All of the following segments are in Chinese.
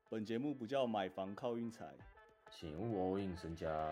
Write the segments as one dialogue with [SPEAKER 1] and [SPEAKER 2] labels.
[SPEAKER 1] 本节目不叫买房靠运财，
[SPEAKER 2] 请勿 all in 身家。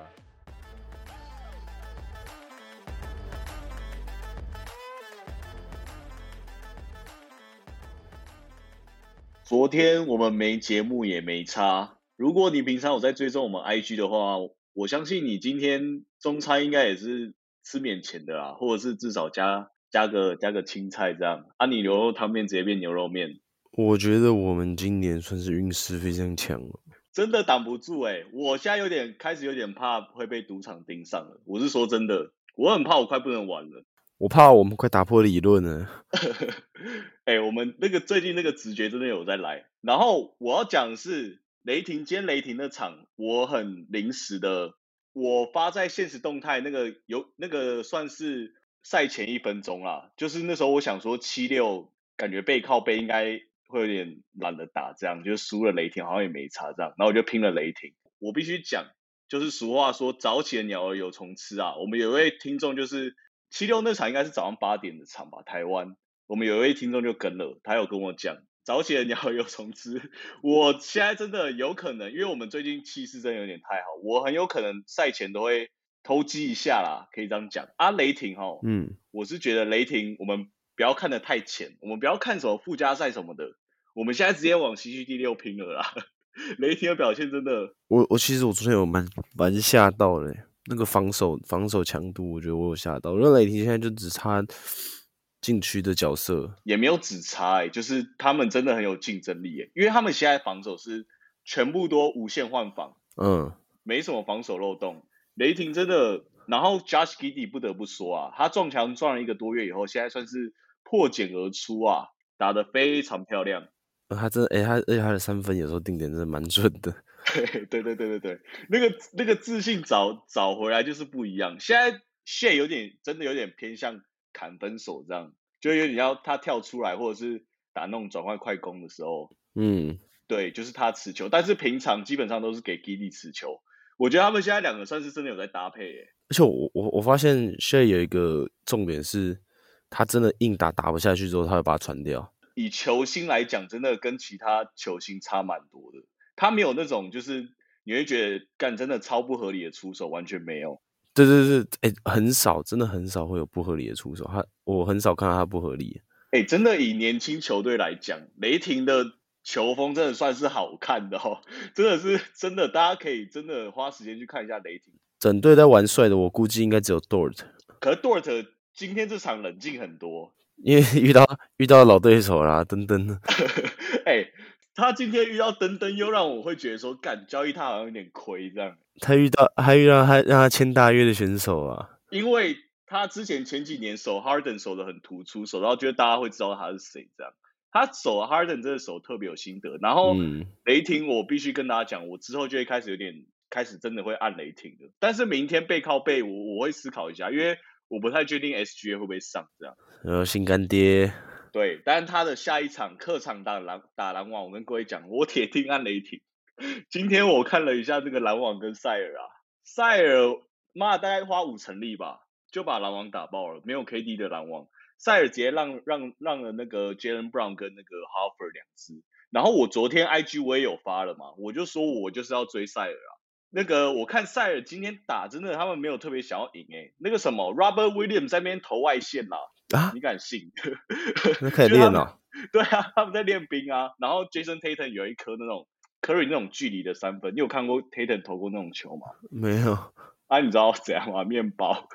[SPEAKER 3] 昨天我们没节目也没差。如果你平常有在追踪我们 IG 的话，我相信你今天中餐应该也是吃免钱的啦，或者是至少加个青菜这样。啊，你牛肉汤面直接变牛肉面，
[SPEAKER 4] 我觉得我们今年算是运势非常强了。
[SPEAKER 3] 真的挡不住我现在开始有点怕会被赌场盯上了。我是说真的，我很怕我快不能玩了。
[SPEAKER 4] 我怕我们快打破理论了。
[SPEAKER 3] 我们最近那个直觉真的有在来。然后我要讲的是雷霆，今天雷霆那场我很临时的，我发在现实动态那个算是赛前1分钟啦，就是那时候我想说7-6感觉背靠背应该会有点懒得打，这样就是输了雷霆好像也没差这样，然后我就拼了雷霆。我必须讲，就是俗话说早起的鸟儿有虫吃啊。我们有一位听众就是7-6那场应该是早上8点的场吧，台湾。我们有一位听众就跟了，他有跟我讲，早起的鸟儿有虫吃。我现在真的有可能，因为我们最近气势真的有点太好，我很有可能赛前都会偷鸡一下啦，可以这样讲啊。雷霆我是觉得雷霆我们不要看得太浅，我们不要看什么附加赛什么的，我们现在直接往西区第6拼了啦。雷霆的表现真的，
[SPEAKER 4] 其实我昨天有蛮吓到的，那个防守强度，我觉得我有吓到。因为雷霆现在就只差禁区的角色，
[SPEAKER 3] 也没有只差就是他们真的很有竞争力因为他们现在防守是全部都无限换防，没什么防守漏洞。雷霆真的，然后 Josh Giddey 不得不说啊，他撞墙撞了1个多月以后，现在算是破茧而出啊，打得非常漂亮。
[SPEAKER 4] 他真的而且他的3分有时候定点真的蛮准的。
[SPEAKER 3] 对，那个自信找回来就是不一样。现在 Shea 真的有点偏向砍分手这样，就有点要他跳出来或者是打那种转换快攻的时候，对，就是他持球，但是平常基本上都是给 Giddey 持球。我觉得他们现在2个算是真的有在搭配
[SPEAKER 4] 而且我发现 Shea 有一个重点是，他真的硬打不下去之后，他会把它传掉。
[SPEAKER 3] 以球星来讲，真的跟其他球星差蛮多的。他没有那种就是你会觉得干真的超不合理的出手，完全没有。
[SPEAKER 4] 对，很少，真的很少会有不合理的出手。我很少看到他不合理。
[SPEAKER 3] 真的以年轻球队来讲，雷霆的球风真的算是好看的真的，大家可以真的花时间去看一下雷霆。
[SPEAKER 4] 整队在玩帅的，我估计应该只有 Dort。
[SPEAKER 3] 可是 Dort 今天这场冷静很多，
[SPEAKER 4] 因为遇到老对手啦，登登。
[SPEAKER 3] 他今天遇到登登，又让我会觉得说，干交易他好像有点亏这样。
[SPEAKER 4] 他遇到让他签大约的选手啊，
[SPEAKER 3] 因为他之前前几年守 Harden 守得很突出，守到觉得大家会知道他是谁这样。他守 Harden 这个手特别有心得，然后雷霆我必须跟大家讲，我之后就会开始真的会按雷霆的。但是明天背靠背我会思考一下，因为我不太确定 SGA 会不会上这样。
[SPEAKER 4] 新干爹。
[SPEAKER 3] 对，但是他的下一场客场打篮网，我跟各位讲，我铁定按雷霆。今天我看了一下这个篮网跟塞尔啊，塞尔大概花5成力吧，就把篮网打爆了，没有 KD 的篮网，塞尔直接让了那个 Jaylen Brown 跟那个 Harper 2支。然后我昨天 IG 我也有发了嘛，我就说我就是要追塞尔啊。那个我看塞尔今天打真的他们没有特别想要赢那个什么 Robert Williams 在那边投外线啦你敢信？
[SPEAKER 4] 那可以练哦。
[SPEAKER 3] 对啊，他们在练兵啊。然后 Jason Tatum 有一颗那种 Curry 那种距离的3分，你有看过 Tatum 投过那种球吗？
[SPEAKER 4] 没有。
[SPEAKER 3] 你知道怎样吗？面包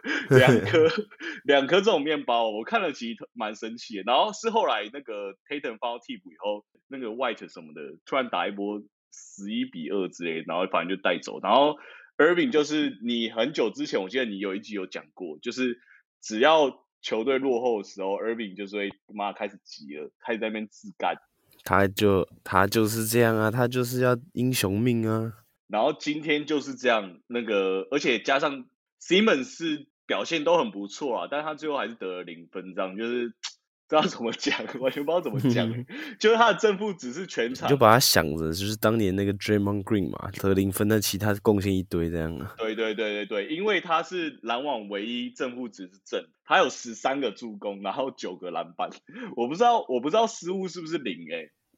[SPEAKER 3] 2颗这种面包，我看了其实蛮生气的。然后是后来那个 Tatum 放到替补以后，那个 White 什么的突然打一波11-2之类的，然后反正就带走。然后 Irving 就是你很久之前，我记得你有一集有讲过，就是只要球队落后的时候 ，Irving 就是会开始急了，开始在那边自干。
[SPEAKER 4] 他就是这样啊，他就是要英雄命啊。
[SPEAKER 3] 然后今天就是这样，而且加上 Simmons 是表现都很不错啊，但是他最后还是得了0分，这样就是不知道怎么讲，完全不知道怎么讲。就是他的正负值是全场，
[SPEAKER 4] 就把他想着就是当年那个 Draymond Green 嘛，得0分，但其他贡献一堆这样啊。
[SPEAKER 3] 对，因为他是篮网唯一正负值是正，他有13个助攻，然后9个篮板。我不知道失误是不是0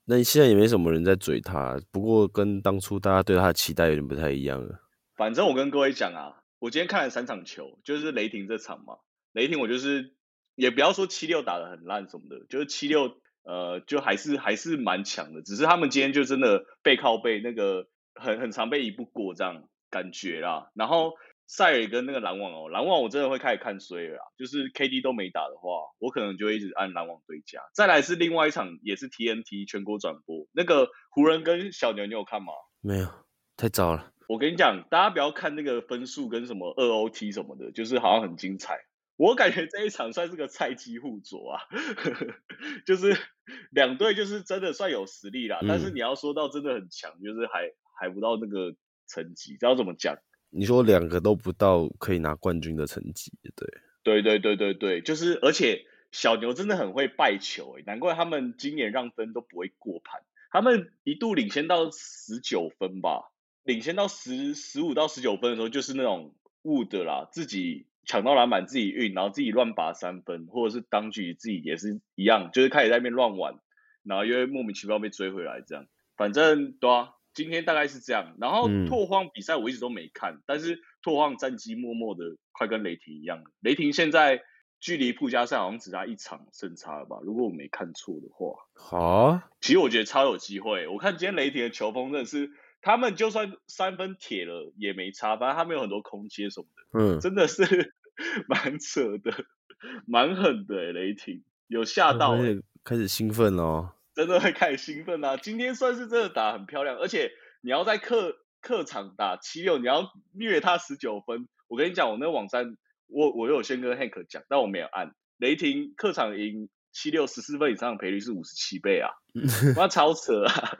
[SPEAKER 4] 那现在也没什么人在追他，不过跟当初大家对他的期待有点不太一样了。
[SPEAKER 3] 反正我跟各位讲啊，我今天看了3场球，就是雷霆这场嘛。雷霆我就是也不要说7-6打得很烂什么的，就是7-6就还是蛮强的，只是他们今天就真的背靠背那个很常被移不过这样感觉啦。然后塞尔跟那个篮网篮网我真的会开始看衰了啦，就是 KD 都没打的话，我可能就会一直按篮网对家。再来是另外一场也是 TNT 全国转播，那个湖人跟小牛，你有看吗？
[SPEAKER 4] 没有，太早了。
[SPEAKER 3] 我跟你讲，大家不要看那个分数跟什么2OT 什么的，就是好像很精彩。我感觉这一场算是个菜鸡互啄啊，就是两队就是真的算有实力啦，但是你要说到真的很强，就是还不到那个层级，知道怎么讲？
[SPEAKER 4] 你说2个都不到可以拿冠军的成绩，
[SPEAKER 3] 对，就是而且小牛真的很会败球难怪他们今年让分都不会过盘，他们一度领先到19分吧，领先到15到19分的时候，就是那种Wood啦，自己抢到篮板自己运，然后自己乱拔3分，或者是当局自己也是一样，就是开始在那边乱玩，然后又会莫名其妙被追回来这样。反正对啊，今天大概是这样。然后拓荒比赛我一直都没看，但是拓荒战绩默默的快跟雷霆一样了。雷霆现在距离附加赛好像只差1场胜差了吧？如果我没看错的话。
[SPEAKER 4] 好啊，
[SPEAKER 3] 其实我觉得超有机会。我看今天雷霆的球风真的是，他们就算3分铁了也没差，反正他们有很多空切什么的，真的是蛮扯的，蛮狠的雷霆有吓到
[SPEAKER 4] 开始兴奋哦。
[SPEAKER 3] 真的会开始兴奋啊！今天算是真的打很漂亮，而且你要在客场打7-6，你要虐他19分。我跟你讲，我那个网站我有先跟 Hank 讲，但我没有按。雷霆客场赢7-6 14分以上的赔率是57倍啊，那超扯啊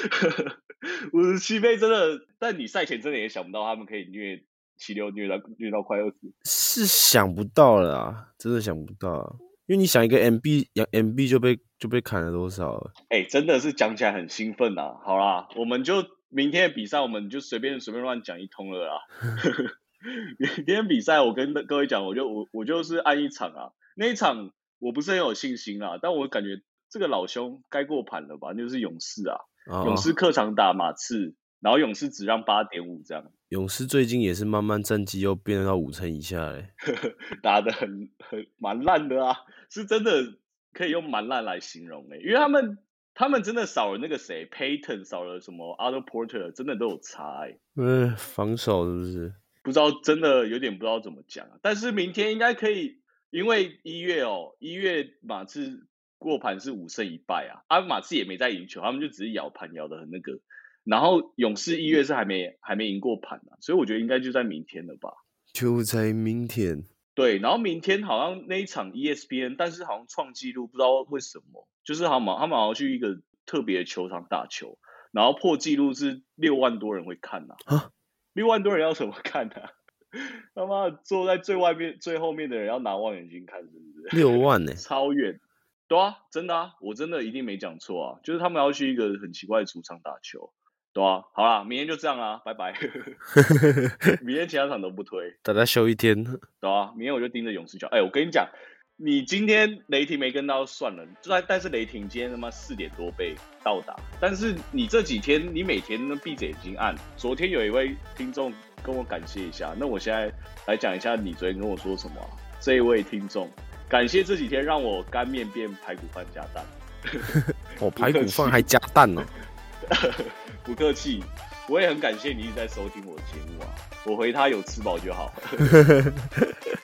[SPEAKER 3] ！57倍真的，但你赛前真的也想不到他们可以虐7-6虐到快20，
[SPEAKER 4] 是想不到了啊，真的想不到啊。因为你想一个 MB 就被砍了多少了？
[SPEAKER 3] 真的是讲起来很兴奋啊！好啦，我们就明天的比赛，我们就随便乱讲一通了啦。明天比赛，我跟各位讲，我就是按一场啊，那一场我不是很有信心啦，但我感觉这个老兄该过盘了吧？就是勇士啊，勇士客场打马刺，然后勇士只让8.5这样。
[SPEAKER 4] 勇士最近也是慢慢战绩又变到5成以下嘞，
[SPEAKER 3] 打得很蛮烂的啊，是真的可以用蛮烂来形容因为他们真的少了那个谁 Payton， 少了什么 Otto Porter， 真的都有差
[SPEAKER 4] 防守是不是？
[SPEAKER 3] 不知道，真的有点不知道怎么讲啊。但是明天应该可以，因为1月马刺过盘是5胜1败啊，马刺也没在赢球，他们就只是咬盘咬得很那个。然后勇士1月是还没赢过盘啊，所以我觉得应该就在明天了吧。
[SPEAKER 4] 就在明天。
[SPEAKER 3] 对，然后明天好像那一场 ESPN， 但是好像创纪录，不知道为什么，就是他们好像去一个特别的球场打球，然后破纪录是6万多人会看啊。6万多人要怎么看啊？他妈坐在最外面最后面的人要拿望远镜看，是不是
[SPEAKER 4] ？6万
[SPEAKER 3] 超远。对啊，真的啊，我真的一定没讲错啊，就是他们要去一个很奇怪的主场打球。对啊，好啦，明天就这样啦，拜拜。明天其他场都不推，
[SPEAKER 4] 大家休一天。
[SPEAKER 3] 对啊，明天我就盯着勇士脚。我跟你讲，你今天雷霆没跟到算了，但是雷霆今天他妈4点多被到达，但是你这几天你每天闭着眼睛按。昨天有一位听众跟我感谢一下，那我现在来讲一下你昨天跟我说什么这一位听众，感谢这几天让我干面变排骨饭加蛋。
[SPEAKER 4] 排骨饭还加蛋哦。
[SPEAKER 3] 不客气，我也很感谢你一直在收听我的节目啊，我回他有吃饱就好。